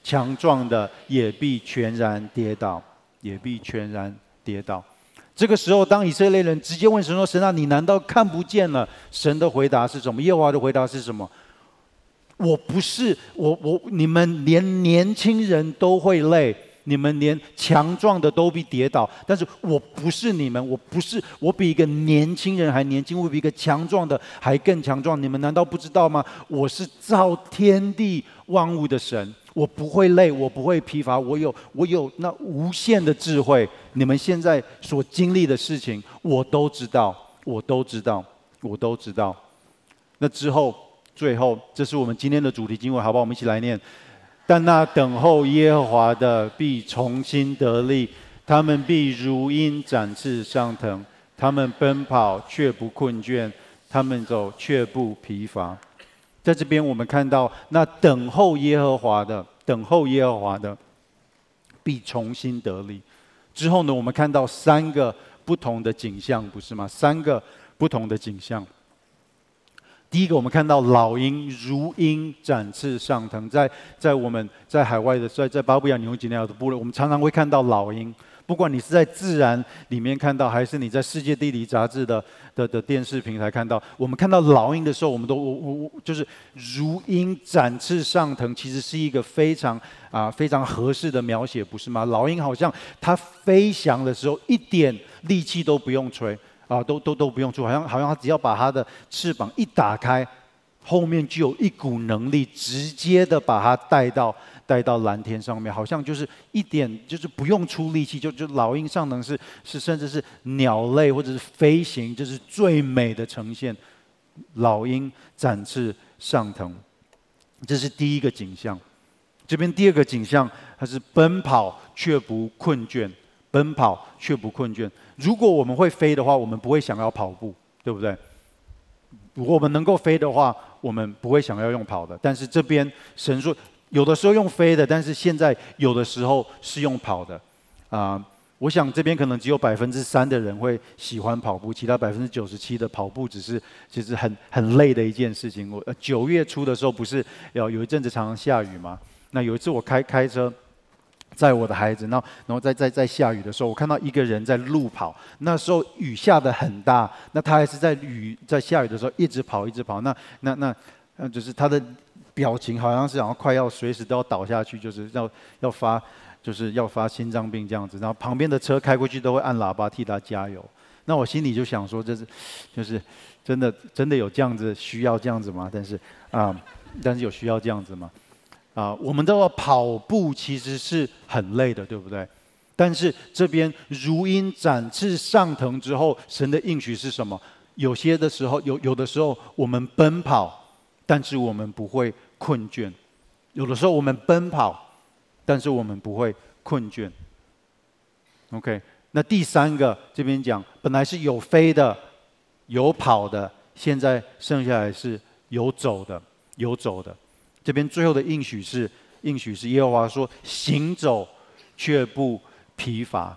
强壮的也必全然跌倒，也必全然跌倒。这个时候，当以色列人直接问神说：“神啊，你难道看不见了？”神的回答是什么？耶和华的回答是什么？我不是我我你们连年轻人都会累，你们连强壮的都必跌倒，但是我不是你们，我不是我比一个年轻人还年轻，我比一个强壮的还更强壮。你们难道不知道吗？我是造天地万物的神。我不会累，我不会疲乏，我有我有那无限的智慧。你们现在所经历的事情，我都知道，我都知道，我都知道。那之后，最后，这是我们今天的主题经文，好不好？我们一起来念：但那等候耶和华的必重新得力，他们必如鹰展翅上腾，他们奔跑却不困倦，他们走却不疲乏。在这边我们看到，那等候耶和华的，等候耶和华的，必重新得力。之后呢，我们看到三个不同的景象，不是吗？三个不同的景象。第一个，我们看到老鹰如鹰展翅上腾，在在我们在海外的，在在巴布亚纽几内亚的部落，我们常常会看到老鹰。不管你是在自然里面看到，还是你在世界地理杂志的的的电视平台看到，我们看到老鹰的时候，我们都我我就是如鹰展翅上腾，其实是一个非常啊非常合适的描写，不是吗？老鹰好像它飞翔的时候，一点力气都不用吹啊，都都都不用出，好像好像它只要把它的翅膀一打开，后面就有一股能力，直接的把它带到。带到蓝天上面，好像就是一点，就是不用出力气，就就老鹰上腾是是甚至是鸟类或者是飞行，就是最美的呈现。老鹰展翅上腾，这是第一个景象。这边第二个景象，它是奔跑却不困倦，奔跑却不困倦。如果我们会飞的话，我们不会想要跑步，对不对？如果我们能够飞的话，我们不会想要用跑的。但是这边神说。有的时候用飞的，但是现在有的时候是用跑的，啊、呃，我想这边可能只有百分之三的人会喜欢跑步，其他百分之九十七的跑步只是其实很很累的一件事情。我九、呃、月初的时候不是有有一阵子常常下雨吗？那有一次我开开车载我的孩子，然后然后在在在下雨的时候，我看到一个人在路跑，那时候雨下得很大，那他还是在雨在下雨的时候一直跑一直跑，那那那那就是他的。表情好像是好像快要随时都要倒下去，就是要要发就是要发心脏病这样子。然后旁边的车开过去都会按喇叭替他加油。那我心里就想说，这是就是真的真的有这样子需要这样子吗？但是啊、呃，但是有需要这样子吗？啊、呃，我们都知道跑步其实是很累的，对不对？但是这边如鹰展翅上腾之后，神的应许是什么？有些的时候有有的时候我们奔跑，但是我们不会。困倦，有的时候我们奔跑，但是我们不会困倦。OK， 那第三个这边讲，本来是有飞的，有跑的，现在剩下来是有走的，有走的。这边最后的应许是，应许是耶和华说：行走却不疲乏。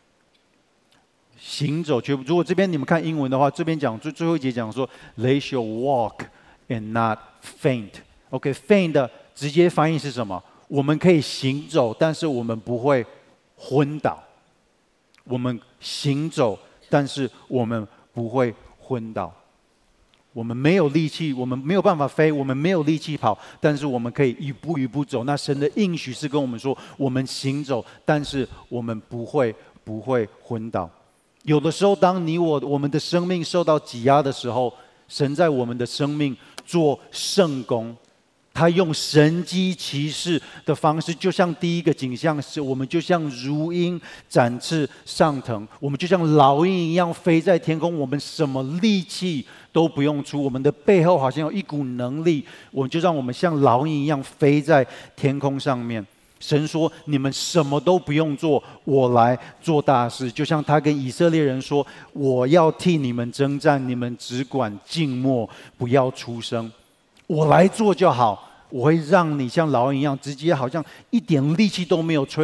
行走却不，如果这边你们看英文的话，这边讲最最后一节讲说 ，They shall walk and not faint。OK，faint 的直接翻译是什么？我们可以行走，但是我们不会昏倒。我们行走，但是我们不会昏倒。我们没有力气，我们没有办法飞，我们没有力气跑，但是我们可以一步一步走。那神的应许是跟我们说，我们行走，但是我们不会不会昏倒。有的时候，当你我我们的生命受到挤压的时候，神在我们的生命做圣工。他用神机骑士的方式，就像第一个景象是，我们就像如鹰展翅上腾，我们就像老鹰一样飞在天空，我们什么力气都不用出，我们的背后好像有一股能力，我们就让我们像老鹰一样飞在天空上面。神说：“你们什么都不用做，我来做大事。”就像他跟以色列人说：“我要替你们征战，你们只管静默，不要出声。我来做就好，我会让你像老鹰一样，直接好像一点力气都没有吹，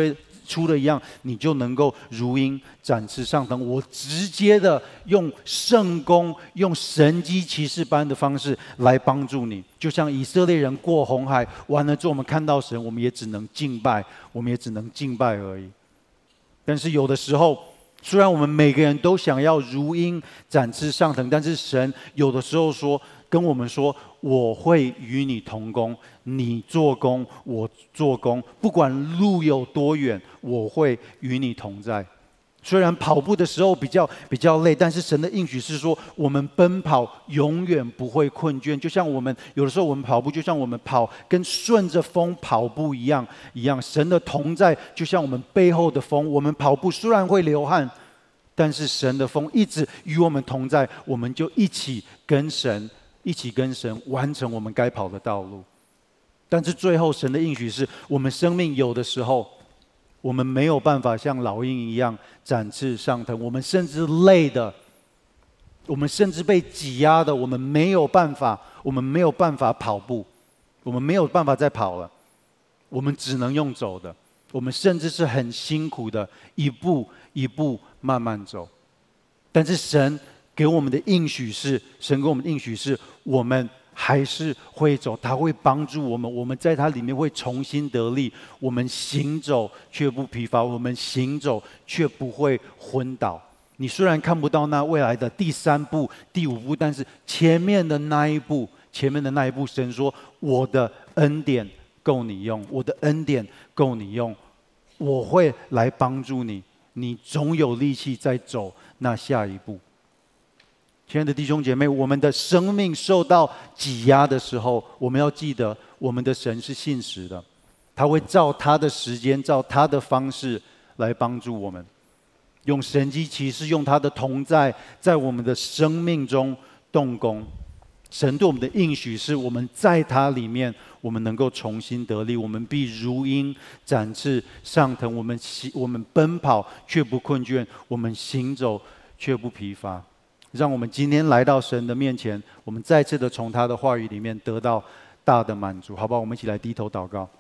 出了一样，你就能够如鹰展翅上腾。我直接的用圣功、用神机骑士般的方式来帮助你，就像以色列人过红海完了之后，我们看到神，我们也只能敬拜，我们也只能敬拜而已。但是有的时候，虽然我们每个人都想要如鹰展翅上腾，但是神有的时候说跟我们说，我会与你同工，你做工我做工，不管路有多远，我会与你同在。虽然跑步的时候比较比较累，但是神的应许是说，我们奔跑永远不会困倦。就像我们有的时候我们跑步，就像我们跑跟顺着风跑步一样一样。神的同在就像我们背后的风，我们跑步虽然会流汗，但是神的风一直与我们同在，我们就一起跟神一起跟神完成我们该跑的道路。但是最后神的应许是，我们生命有的时候我们没有办法像老鹰一样展翅上腾，我们甚至累的，我们甚至被挤压的，我们没有办法，我们没有办法跑步，我们没有办法再跑了，我们只能用走的，我们甚至是很辛苦的，一步一步慢慢走。但是神给我们的应许是，神给我们的应许是，我们还是会走，他会帮助我们，我们在他里面会重新得力，我们行走却不疲乏，我们行走却不会昏倒。你虽然看不到那未来的第三步、第五步，但是前面的那一步，前面的那一步，神说：“我的恩典够你用，我的恩典够你用，我会来帮助你，你总有力气再走那下一步。”亲爱的弟兄姐妹，我们的生命受到挤压的时候，我们要记得，我们的神是信实的，他会照他的时间，照他的方式来帮助我们，用神机骑士，用他的同在，在我们的生命中动工。神对我们的应许是，我们在他里面，我们能够重新得力，我们必如鹰展翅上腾，我们我们奔跑却不困倦，我们行走却不疲乏。让我们今天来到神的面前，我们再次的从他的话语里面得到大的满足，好不好？我们一起来低头祷告。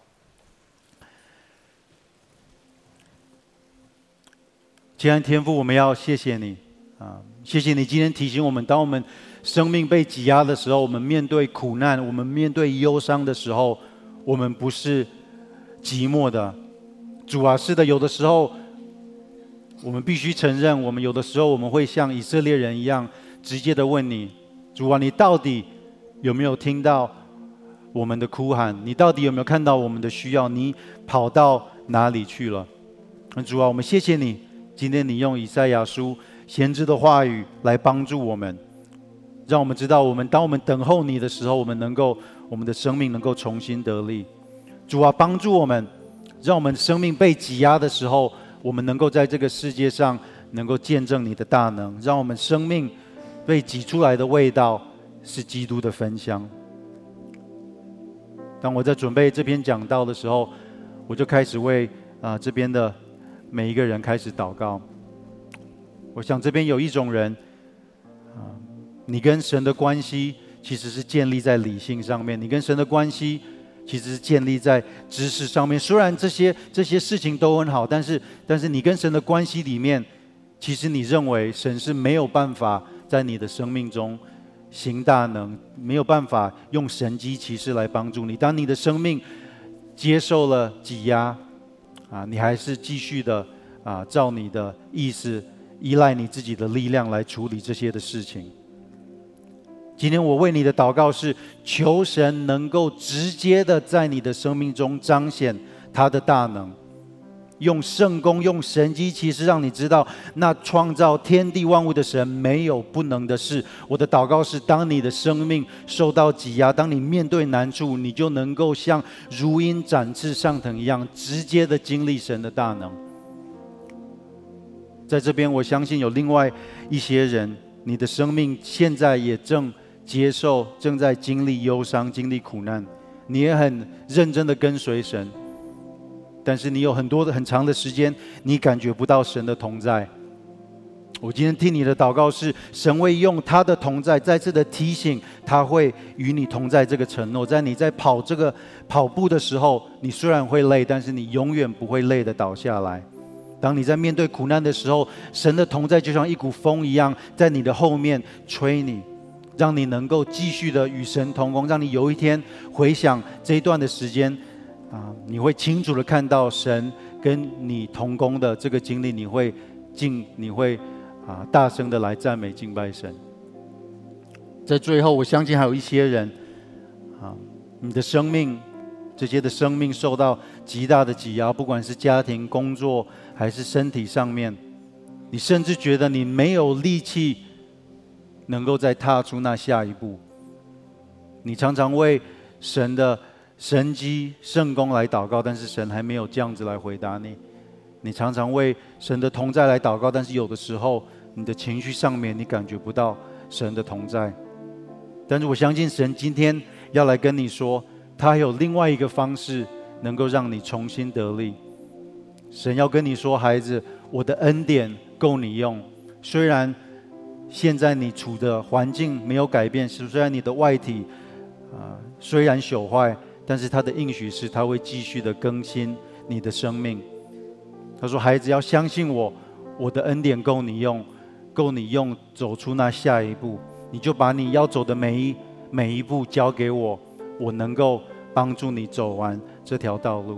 亲爱的天父，我们要谢谢你啊！谢谢你今天提醒我们，当我们生命被挤压的时候，我们面对苦难，我们面对忧伤的时候，我们不是寂寞的。主啊，是的，有的时候我们必须承认，我们有的时候我们会像以色列人一样，直接的问你：主啊，你到底有没有听到我们的哭喊？你到底有没有看到我们的需要？你跑到哪里去了？主啊，我们谢谢你，今天你用以赛亚书先知的话语来帮助我们，让我们知道，我们当我们等候你的时候，我们能够，我们的生命能够重新得力。主啊，帮助我们，让我们生命被挤压的时候，我们能够在这个世界上能够见证你的大能，让我们生命被挤出来的味道是基督的芬香。当我在准备这篇讲道的时候，我就开始为啊、呃、这边的每一个人开始祷告。我想这边有一种人啊、呃，你跟神的关系其实是建立在理性上面，你跟神的关系其实是建立在知识上面。虽然这些这些事情都很好，但是但是你跟神的关系里面，其实你认为神是没有办法在你的生命中行大能，没有办法用神机骑士来帮助你。当你的生命接受了挤压啊，你还是继续的啊，照你的意思，依赖你自己的力量来处理这些的事情。今天我为你的祷告是，求神能够直接的在你的生命中彰显他的大能，用圣功，用神机骑士，让你知道那创造天地万物的神没有不能的事。我的祷告是，当你的生命受到挤压，当你面对难处，你就能够像如鹰展翅上腾一样，直接的经历神的大能。在这边，我相信有另外一些人，你的生命现在也正接受，正在经历忧伤，经历苦难，你也很认真的跟随神，但是你有很多的很长的时间，你感觉不到神的同在。 我今天替你的祷告是，神会用他的同在再次的提醒，他会与你同在这个承诺。在你在跑这个跑步的时候，你虽然会累，但是你永远不会累的倒下来。当你在面对苦难的时候，神的同在就像一股风一样，在你的后面吹你，让你能够继续的与神同工，让你有一天回想这一段的时间啊，你会清楚的看到神跟你同工的这个经历，你会敬，你会啊大声的来赞美敬拜神。在最后，我相信还有一些人啊，你的生命这些的生命受到极大的挤压，不管是家庭、工作还是身体上面，你甚至觉得你没有力气能够再踏出那下一步。你常常为神的神迹圣工来祷告，但是神还没有这样子来回答你。你常常为神的同在来祷告，但是有的时候你的情绪上面你感觉不到神的同在。但是我相信神今天要来跟你说，他还有另外一个方式能够让你重新得力。神要跟你说，孩子，我的恩典够你用。虽然现在你处的环境没有改变，虽然你的外体、呃、虽然朽坏，但是他的应许是他会继续的更新你的生命。他说，孩子要相信我，我的恩典够你用，够你用走出那下一步。你就把你要走的每一每一步交给我，我能够帮助你走完这条道路。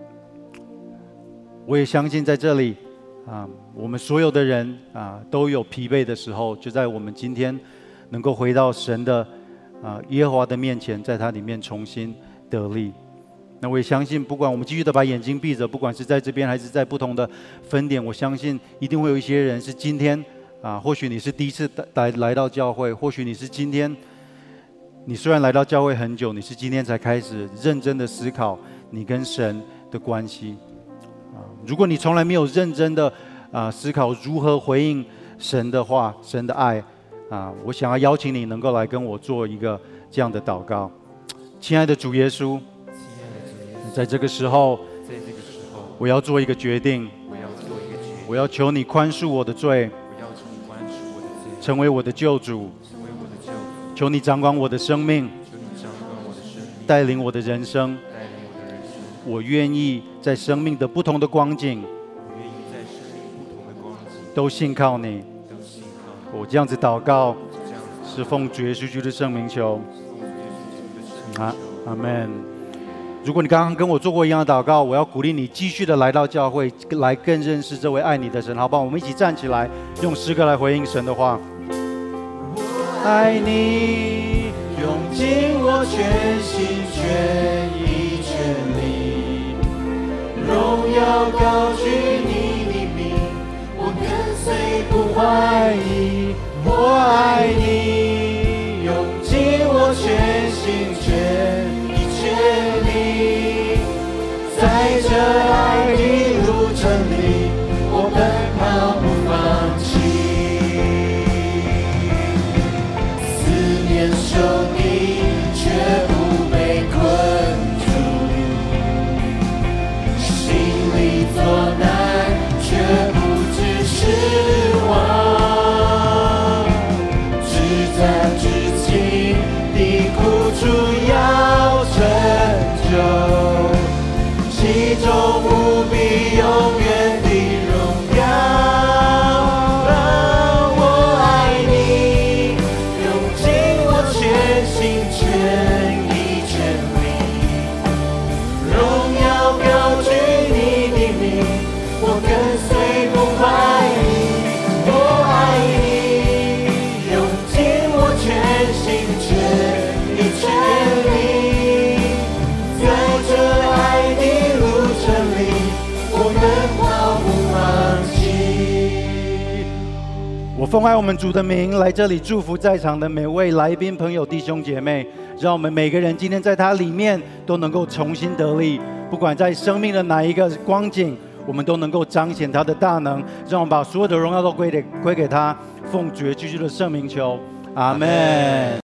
我也相信在这里啊，我们所有的人啊都有疲惫的时候，就在我们今天能够回到神的啊耶和华的面前，在他里面重新得力。那我也相信，不管我们继续的把眼睛闭着，不管是在这边还是在不同的分点，我相信一定会有一些人是今天啊，或许你是第一次来来到教会，或许你是今天，你虽然来到教会很久，你是今天才开始认真的思考你跟神的关系啊。如果你从来没有认真的啊思考如何回应神的话、神的爱啊，我想要邀请你能够来跟我做一个这样的祷告。亲爱的主耶稣，在这个时候， 在这个时候， 我要做一个决定， 我要做一个决定， 我要求你宽恕我的罪， 我要求你宽恕我的罪， 成为我的救主， 成为我的救主， 求你掌管我的生命， 求你掌管我的生命， 带领我的人生。 带领我的人生。 我愿意在生命的不同的光景， 我愿意在生命不同的光景都信靠你。 都信靠你。 我这样子祷告， 这样子是奉主耶稣基督的圣名求。 奉主耶稣基督的圣名求。 啊，阿们。如果你刚刚跟我做过一样的祷告，我要鼓励你继续的来到教会，来更认识这位爱你的神，好不好？我们一起站起来，用诗歌来回应神的话。我爱你，用尽我全心全意全力，荣耀高举你的名，我跟随不怀疑。我爱你，用尽我全心全意全力，在这爱的路程里，我奔跑不放弃。思念受敌，却不被困住，心里作难，却不致失望。至暂至轻的苦楚要成就，其中无比永远的荣耀。我爱你，用尽我全心全意全力，荣耀高举你的名，我跟随不怀疑。我爱你，用尽我全心全意全力，在这爱的路程里，我奔跑不放弃。我奉爱我们主的名来这里祝福在场的每位来宾朋友弟兄姐妹，让我们每个人今天在他里面都能够重新得力，不管在生命的哪一个光景，我们都能够彰显他的大能，让我们把所有的荣耀都归给归给他。奉主耶稣基督的圣名求，阿们。